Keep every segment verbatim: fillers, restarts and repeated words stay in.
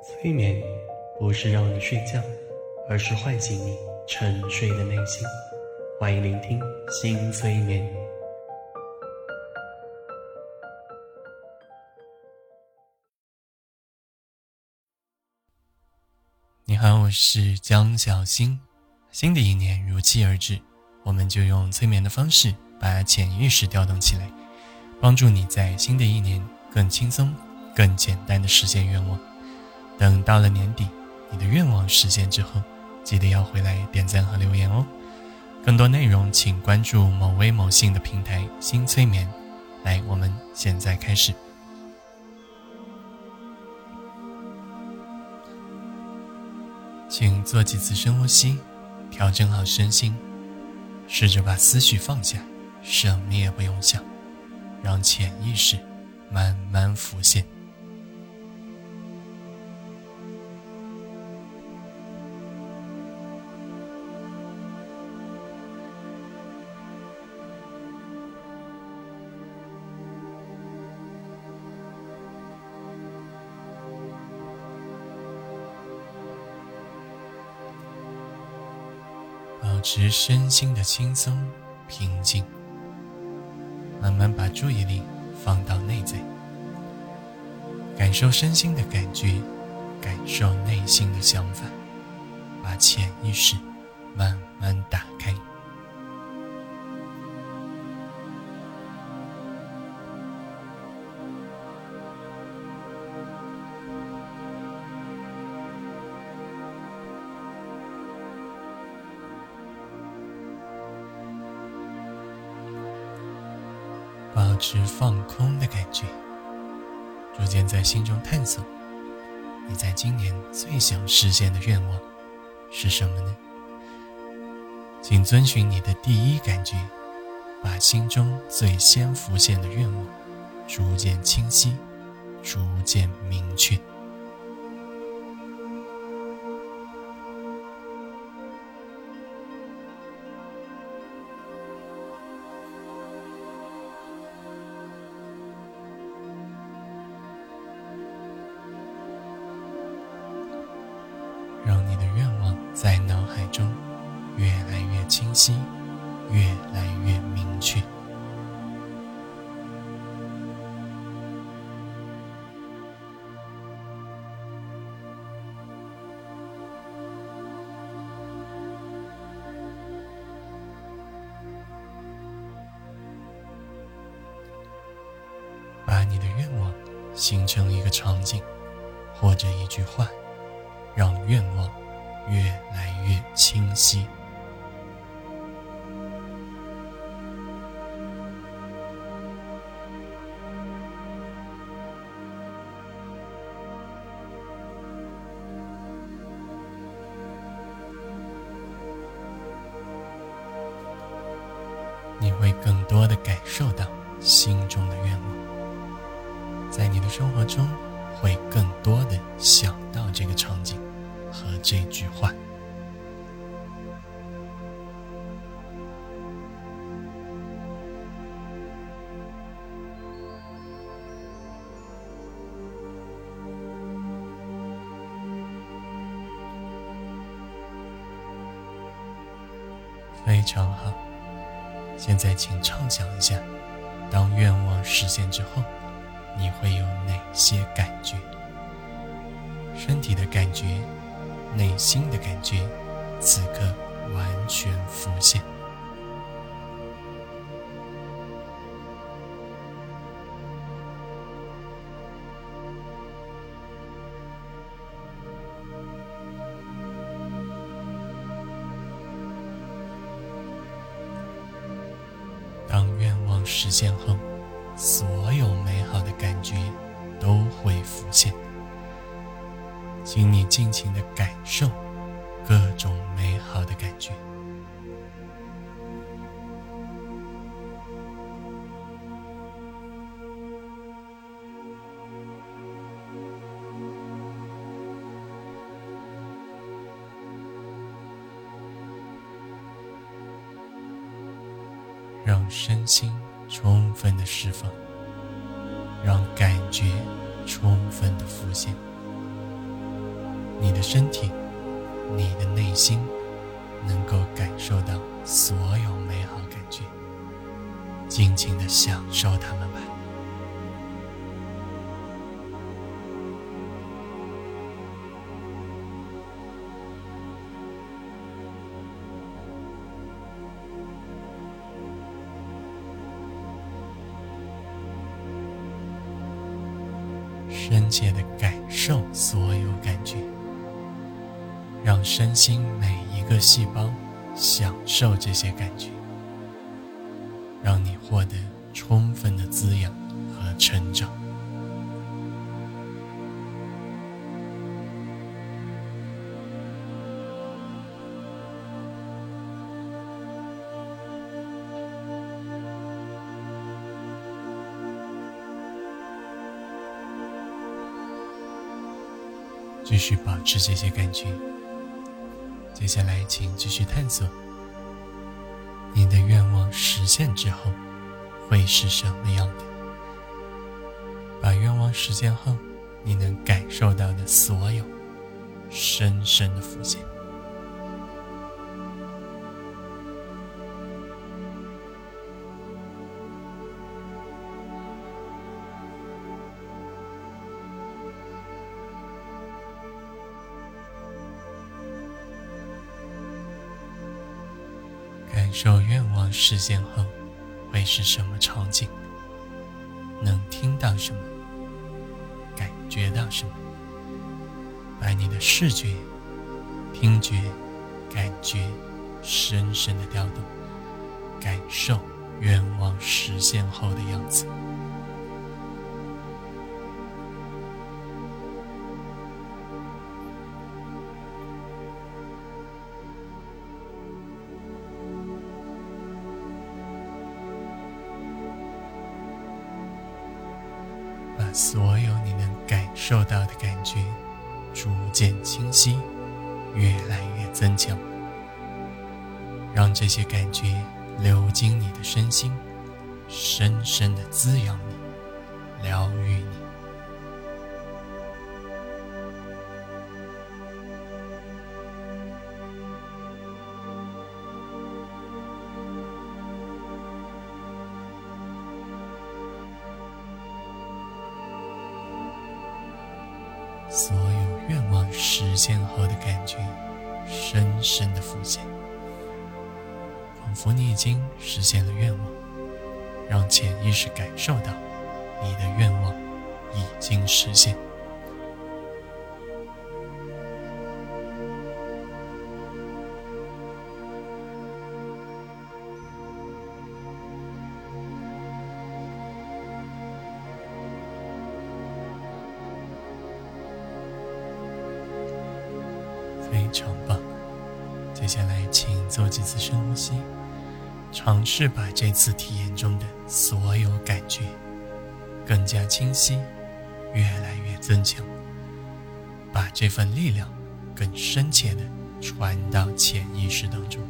催眠不是让你睡觉，而是唤醒你沉睡的内心。欢迎聆听新催眠。 你好，我是江小新。新的一年如期而至，我们就用催眠的方式把潜意识调动起来，帮助你在新的一年更轻松、更简单的实现愿望。等到了年底，你的愿望实现之后，记得要回来点赞和留言哦。更多内容请关注某微某信的平台新催眠。来，我们现在开始。请做几次深呼吸，调整好身心，试着把思绪放下，什么也不用想，让潜意识慢慢浮现。保持身心的轻松平静，慢慢把注意力放到内在，感受身心的感觉，感受内心的想法，把潜意识慢慢打开。保持放空的感觉，逐渐在心中探索，你在今年最想实现的愿望是什么呢？请遵循你的第一感觉，把心中最先浮现的愿望逐渐清晰，逐渐明确。让你的愿望在脑海中越来越清晰，越来越明确。把你的愿望形成一个场景，或者一句话，让愿望越来越清晰。你会更多地感受到心中的愿望，在你的生活中会更多地想到这个场景和这句话。非常好，现在请畅想一下，当愿望实现之后，你会有哪些感觉？身体的感觉，内心的感觉，此刻完全浮现。当愿望实现后，所有美好的感觉都会浮现，请你尽情地感受各种美好的感觉。让身心充分的释放，让感觉充分的浮现。 你的身体，你的内心能够感受到所有美好感觉，尽情地享受它们吧。深切地感受所有感觉，让身心每一个细胞享受这些感觉，让你获得充分的滋养和成长。继续保持这些感觉。接下来请继续探索，你的愿望实现之后会是什么样的？把愿望实现后你能感受到的所有深深的浮现。感受愿望实现后会是什么场景，能听到什么，感觉到什么。把你的视觉、听觉、感觉深深的调动，感受愿望实现后的样子。把所有你能感受到的感觉逐渐清晰，越来越增强，让这些感觉流经你的身心，深深地滋养你，疗愈你。所有愿望实现后的感觉深深的浮现，仿佛你已经实现了愿望，让潜意识感受到你的愿望已经实现。非常棒，接下来请做几次深呼吸，尝试把这次体验中的所有感觉更加清晰，越来越增强，把这份力量更深切地传到潜意识当中。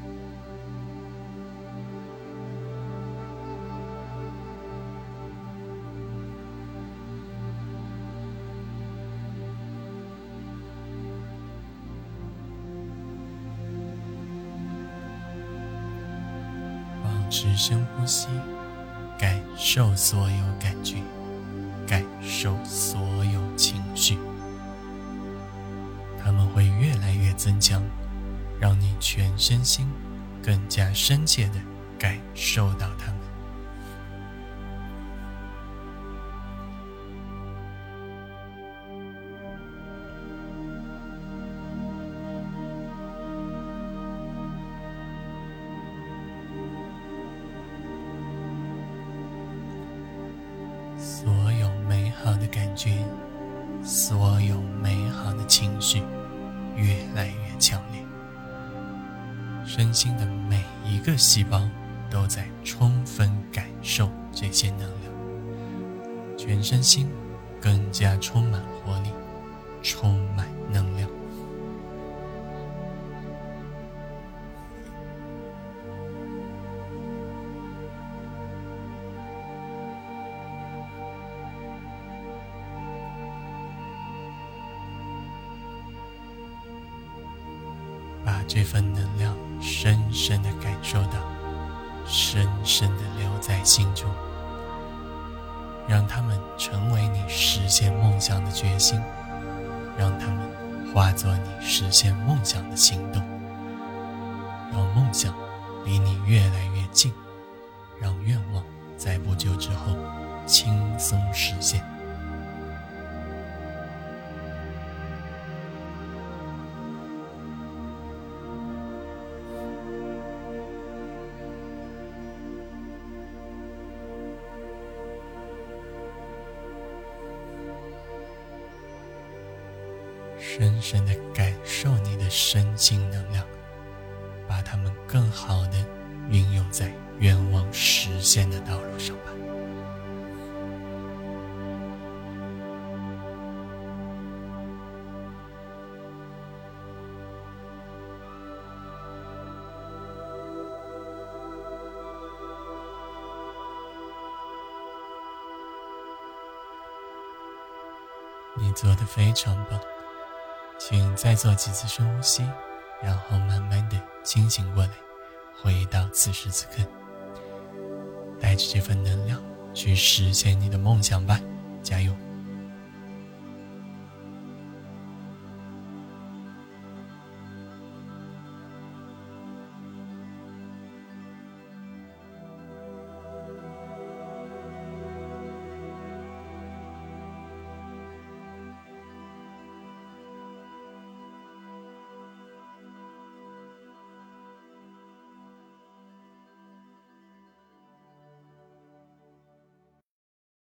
持深呼吸，感受所有感觉，感受所有情绪，它们会越来越增强，让你全身心更加深切地感受到它们。所有美好的感觉，所有美好的情绪越来越强烈，身心的每一个细胞都在充分感受这些能量，全身心更加充满活力，充满能量。 把这份能量深深地感受到，深深地留在心中，让它们成为你实现梦想的决心，让它们化作你实现梦想的行动，让梦想离你越来越近，让愿望在不久之后轻松实现。深深地感受你的身心能量，把它们更好地运用在愿望实现的道路上吧。你做得非常棒，请再做几次深呼吸，然后慢慢的清醒过来，回到此时此刻，带着这份能量去实现你的梦想吧，加油！